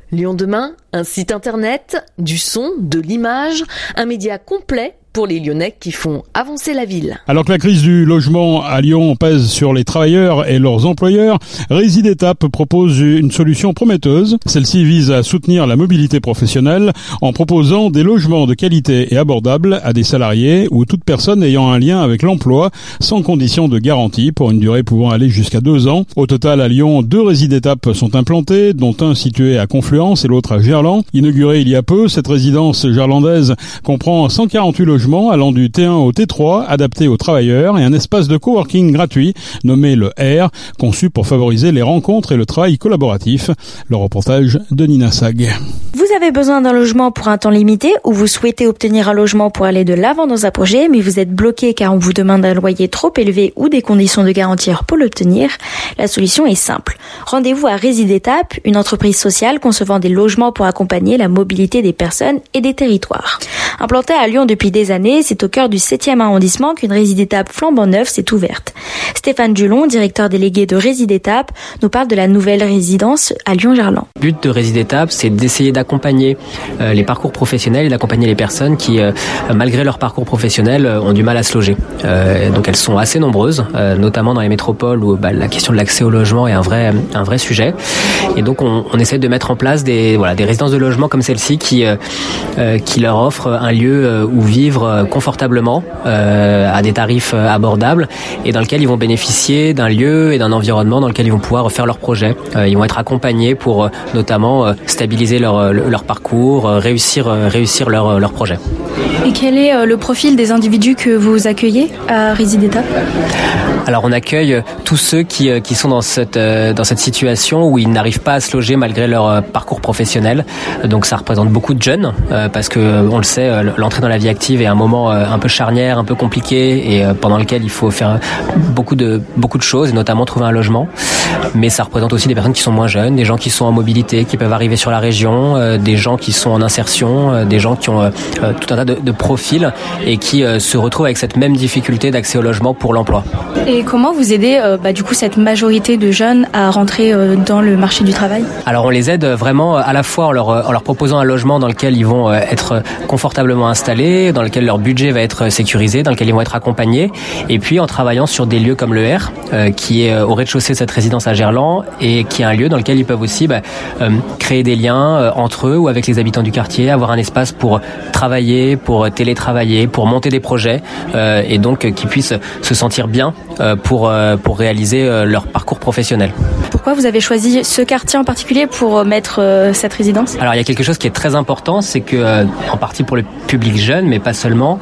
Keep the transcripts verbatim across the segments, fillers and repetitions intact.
Lyon demain, un site internet, du son, de l'image, un média complet pour les Lyonnais qui font avancer la ville. Alors que la crise du logement à Lyon pèse sur les travailleurs et leurs employeurs, Résidétape propose une solution prometteuse. Celle-ci vise à soutenir la mobilité professionnelle en proposant des logements de qualité et abordables à des salariés ou toute personne ayant un lien avec l'emploi sans condition de garantie pour une durée pouvant aller jusqu'à deux ans. Au total, à Lyon, deux Résidétapes sont implantés, dont un situé à Confluence et l'autre à Gerland. Inaugurée il y a peu, cette résidence gerlandaise comprend cent quarante-huit logements allant du T un au T trois, adaptés aux travailleurs, et un espace de coworking gratuit nommé le R, conçu pour favoriser les rencontres et le travail collaboratif. Le reportage de Nina Sag. Vous avez besoin d'un logement pour un temps limité ou vous souhaitez obtenir un logement pour aller de l'avant dans un projet, mais vous êtes bloqué car on vous demande un loyer trop élevé ou des conditions de garantie pour l'obtenir? La solution est simple. Rendez-vous à Résidétape, une entreprise sociale concevant des logements pour accompagner la mobilité des personnes et des territoires. Implantée à Lyon depuis des années, c'est au cœur du septième arrondissement qu'une Résidétape flambant neuve s'est ouverte. Stéphane Dulon, directeur délégué de Résidétape, nous parle de la nouvelle résidence à Lyon-Gerland. Le but de Résidétape, c'est d'essayer d'accompagner euh, les parcours professionnels et d'accompagner les personnes qui, euh, malgré leur parcours professionnel, euh, ont du mal à se loger. Euh, donc elles sont assez nombreuses, euh, notamment dans les métropoles où bah, la question de l'accès au logement est un vrai, un vrai sujet. Et donc on, on essaie de mettre en place des, voilà, des résidences de logement comme celle-ci qui, euh, euh, qui leur offrent un lieu euh, où vivre confortablement, euh, à des tarifs abordables et dans lequel ils vont bénéficier d'un lieu et d'un environnement dans lequel ils vont pouvoir faire leurs projets. Euh, ils vont être accompagnés pour euh, notamment euh, stabiliser leur, leur parcours, euh, réussir, euh, réussir leur, leur projet. Et quel est euh, le profil des individus que vous accueillez à Résidétape ? Alors on accueille tous ceux qui, qui sont dans cette, dans cette situation où ils n'arrivent pas à se loger malgré leur parcours professionnel. Donc ça représente beaucoup de jeunes parce que on le sait, l'entrée dans la vie active est un moment un peu charnière, un peu compliqué et pendant lequel il faut faire beaucoup de, beaucoup de choses et notamment trouver un logement. Mais ça représente aussi des personnes qui sont moins jeunes, des gens qui sont en mobilité, qui peuvent arriver sur la région, des gens qui sont en insertion, des gens qui ont tout un tas de, de profils et qui se retrouvent avec cette même difficulté d'accès au logement pour l'emploi. Et comment vous aidez euh, bah, du coup cette majorité de jeunes à rentrer euh, dans le marché du travail ? Alors on les aide vraiment à la fois en leur, en leur proposant un logement dans lequel ils vont être confortablement installés, dans lequel leur budget va être sécurisé, dans lequel ils vont être accompagnés, et puis en travaillant sur des lieux comme le R, euh, qui est au rez-de-chaussée de cette résidence à Gerland, et qui est un lieu dans lequel ils peuvent aussi bah, euh, créer des liens euh, entre eux ou avec les habitants du quartier, avoir un espace pour travailler, pour télétravailler, pour monter des projets, euh, et donc euh, qu'ils puissent se sentir bien euh, pour, euh, pour réaliser euh, leur parcours professionnel. Pourquoi vous avez choisi ce quartier en particulier pour mettre euh, cette résidence ? Alors il y a quelque chose qui est très important, c'est que, euh, en partie pour le public jeune, mais pas seulement,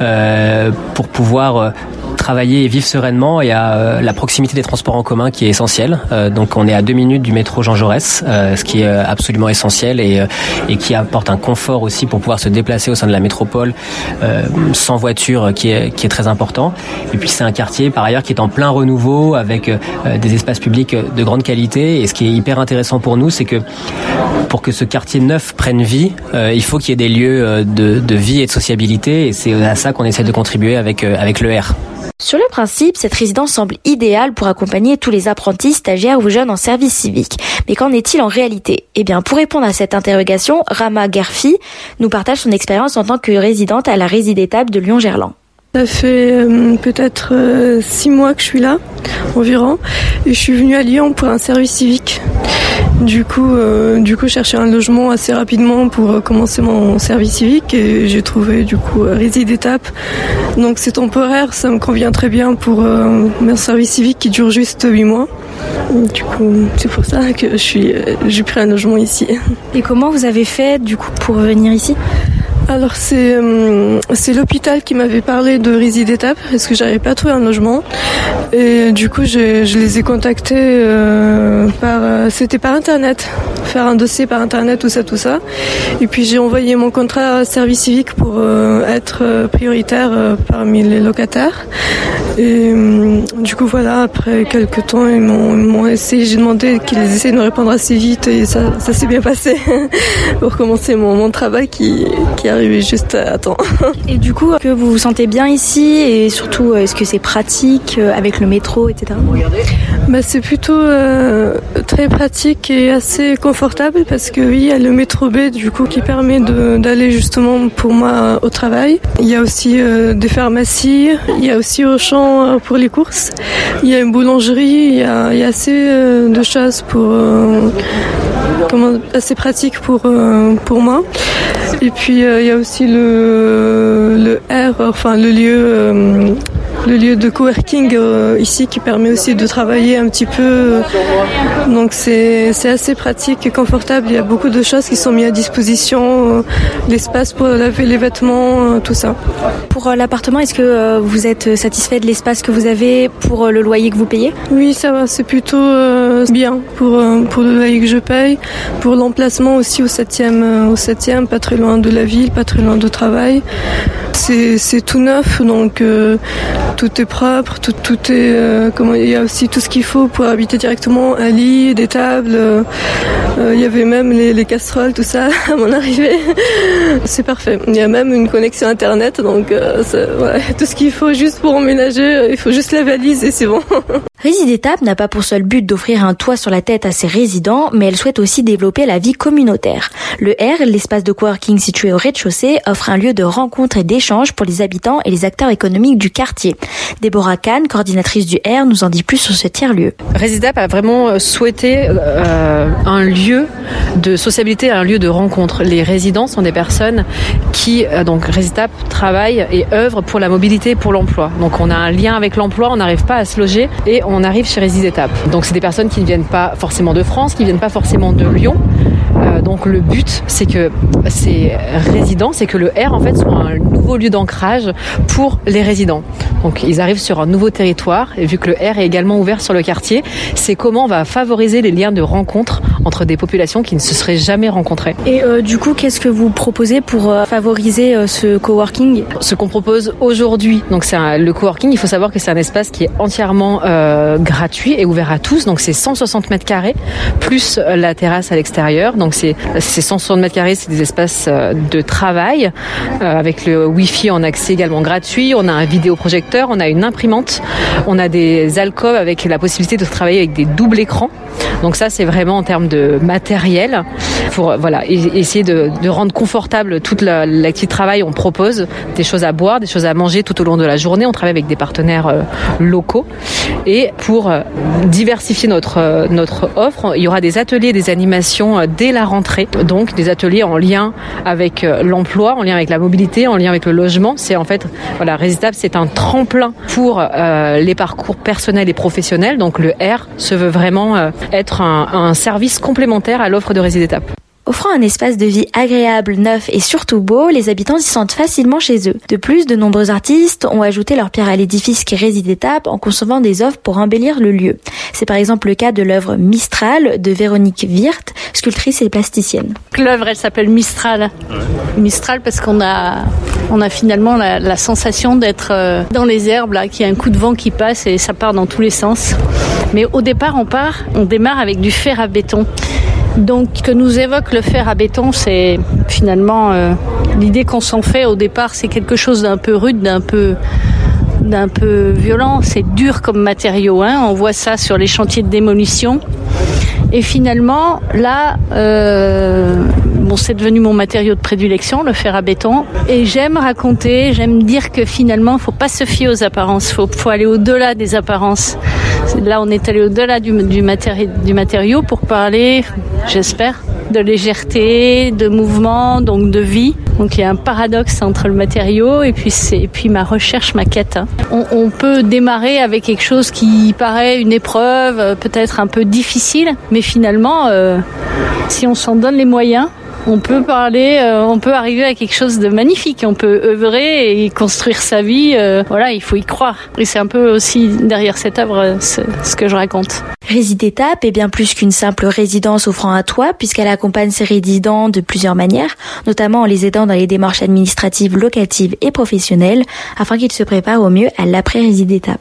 euh, pour pouvoir euh, travailler et vivre sereinement, il y a euh, la proximité des transports en commun qui est essentielle. Euh, donc on est à deux minutes du métro Jean Jaurès, euh, ce qui est absolument essentiel et, euh, et qui apporte un confort aussi pour pouvoir se déplacer au sein de la métropole euh, sans voiture, qui est, qui est très important. Et puis c'est un quartier par ailleurs qui est en plein renouveau avec euh, des espaces publics de grande qualité. Et ce qui est hyper intéressant pour nous, c'est que pour que ce quartier neuf prenne vie, euh, il faut qu'il y ait des lieux de, de vie et de sociabilité. Et c'est à ça qu'on essaie de contribuer avec, euh, avec le R. Sur le principe, cette résidence semble idéale pour accompagner tous les apprentis, stagiaires ou jeunes en service civique. Mais qu'en est-il en réalité ? Eh bien, pour répondre à cette interrogation, Rama Gerfi nous partage son expérience en tant que résidente à la Résidétape de Lyon-Gerland. Ça fait euh, peut-être euh, six mois que je suis là, environ, et je suis venue à Lyon pour un service civique. Du coup, euh, du coup, je cherchais un logement assez rapidement pour euh, commencer mon service civique et j'ai trouvé du coup euh, Résidétape. Donc c'est temporaire, ça me convient très bien pour euh, mon service civique qui dure juste huit mois. Du coup, c'est pour ça que je suis, euh, j'ai pris un logement ici. Et comment vous avez fait du coup pour venir ici ? Alors c'est euh, c'est l'hôpital qui m'avait parlé de Résidétape parce que j'arrivais pas à trouver un logement et du coup je, je les ai contactés euh, par euh, c'était par internet, faire un dossier par internet, tout ça tout ça et puis j'ai envoyé mon contrat service civique pour euh, être prioritaire euh, parmi les locataires et euh, du coup voilà, après quelques temps ils m'ont, ils m'ont essayé, j'ai demandé qu'ils essaient de me répondre assez vite et ça, ça s'est bien passé pour commencer mon, mon travail qui, qui arrivé juste à temps. Et du coup, que vous vous sentez bien ici et surtout, est-ce que c'est pratique avec le métro, et cetera. Bah, c'est plutôt euh, très pratique et assez confortable parce que oui, il y a le métro B du coup qui permet de, d'aller justement pour moi au travail. Il y a aussi euh, des pharmacies, il y a aussi Auchan pour les courses, il y a une boulangerie, il y a, il y a assez euh, de choses pour euh, comment assez pratique pour euh, pour moi. Et puis euh, il y a aussi le le R, enfin le lieu euh, le lieu de coworking euh, ici qui permet aussi de travailler un petit peu. Donc c'est c'est assez pratique et confortable. Il y a beaucoup de choses qui sont mises à disposition, euh, l'espace pour laver les vêtements, euh, tout ça. Pour euh, l'appartement, est-ce que euh, vous êtes satisfait de l'espace que vous avez pour euh, le loyer que vous payez ? Oui, ça va, c'est plutôt euh, bien pour euh, pour le loyer que je paye, pour l'emplacement aussi au septième euh, au septième, pas très loin de la ville, pas très loin du travail. C'est c'est tout neuf, donc euh, tout est propre, tout tout est euh, comment il y a aussi tout ce qu'il faut pour habiter directement, un lit, des tables. Euh, euh, il y avait même les, les casseroles, tout ça à mon arrivée. C'est parfait. Il y a même une connexion internet, donc euh, ouais, tout ce qu'il faut juste pour emménager. Il faut juste la valise et c'est bon. Résidétape n'a pas pour seul but d'offrir un toit sur la tête à ses résidents, mais elle souhaite aussi développer la vie communautaire. Le R, l'espace de coworking situé au rez-de-chaussée, offre un lieu de rencontre et d'échange pour les habitants et les acteurs économiques du quartier. Déborah Kahn, coordinatrice du R, nous en dit plus sur ce tiers-lieu. Résidétape a vraiment souhaité euh, un lieu de sociabilité, un lieu de rencontre. Les résidents sont des personnes qui, euh, donc Résidétape, travaillent et œuvrent pour la mobilité, pour l'emploi. Donc on a un lien avec l'emploi, on n'arrive pas à se loger et on arrive chez Résidétape. Donc c'est des personnes qui ne viennent pas forcément de France, qui ne viennent pas forcément de Lyon. Euh, donc le but, c'est que ces résidents, c'est que le R en fait soit un nouveau lieu d'ancrage pour les résidents. Donc ils arrivent sur un nouveau territoire et vu que le R est également ouvert sur le quartier, c'est comment on va favoriser les liens de rencontre entre des populations qui ne se seraient jamais rencontrées. Et euh, du coup, qu'est-ce que vous proposez pour euh, favoriser euh, ce coworking ? Ce qu'on propose aujourd'hui, donc c'est un, le coworking, il faut savoir que c'est un espace qui est entièrement euh, gratuit et ouvert à tous. Donc c'est cent soixante mètres carrés plus la terrasse à l'extérieur. Donc c'est, c'est cent soixante mètres carrés, c'est des espaces de travail euh, avec le Wi-Fi en accès également gratuit. On a un vidéoprojecteur, on a une imprimante, on a des alcôves avec la possibilité de travailler avec des doubles écrans. Donc ça, c'est vraiment en termes de matériel pour voilà essayer de, de rendre confortable toute la, l'activité de travail. On propose des choses à boire, des choses à manger tout au long de la journée. On travaille avec des partenaires euh, locaux et pour euh, diversifier notre euh, notre offre, il y aura des ateliers, des animations euh, dès la rentrée. Donc des ateliers en lien avec euh, l'emploi, en lien avec la mobilité, en lien avec le logement. C'est en fait voilà Résidétape, c'est un tremplin pour euh, les parcours personnels et professionnels. Donc le R se veut vraiment euh, être un, un service complémentaire à l'offre de Résidétape. Offrant un espace de vie agréable, neuf et surtout beau, les habitants s'y sentent facilement chez eux. De plus, de nombreux artistes ont ajouté leur pierre à l'édifice qui Résidétape en concevant des œuvres pour embellir le lieu. C'est par exemple le cas de l'œuvre Mistral de Véronique Wirth, sculptrice et plasticienne. L'œuvre, elle s'appelle Mistral. Ouais. Mistral parce qu'on a, on a finalement la, la sensation d'être dans les herbes, là, qu'il y a un coup de vent qui passe et ça part dans tous les sens. Mais au départ, on part, on démarre avec du fer à béton. Donc, ce que nous évoque le fer à béton, c'est finalement euh, l'idée qu'on s'en fait au départ, c'est quelque chose d'un peu rude, d'un peu, d'un peu violent. C'est dur comme matériau, hein. On voit ça sur les chantiers de démolition. Et finalement, là, euh, bon, c'est devenu mon matériau de prédilection, le fer à béton. Et j'aime raconter, j'aime dire que finalement, faut pas se fier aux apparences. Faut, faut aller au-delà des apparences. Là, on est allé au-delà du, du, matéri- du matériau pour parler, j'espère, de légèreté, de mouvement, donc de vie. Donc il y a un paradoxe entre le matériau et puis, c'est, et puis ma recherche, ma quête. On, on peut démarrer avec quelque chose qui paraît une épreuve, peut-être un peu difficile, mais finalement, euh, si on s'en donne les moyens, on peut parler, euh, on peut arriver à quelque chose de magnifique. On peut œuvrer et construire sa vie. Euh, voilà, il faut y croire. Et c'est un peu aussi derrière cette œuvre ce, ce que je raconte. Résidétape est bien plus qu'une simple résidence offrant un toit, puisqu'elle accompagne ses résidents de plusieurs manières, notamment en les aidant dans les démarches administratives, locatives et professionnelles, afin qu'ils se préparent au mieux à l'après-Résidétape.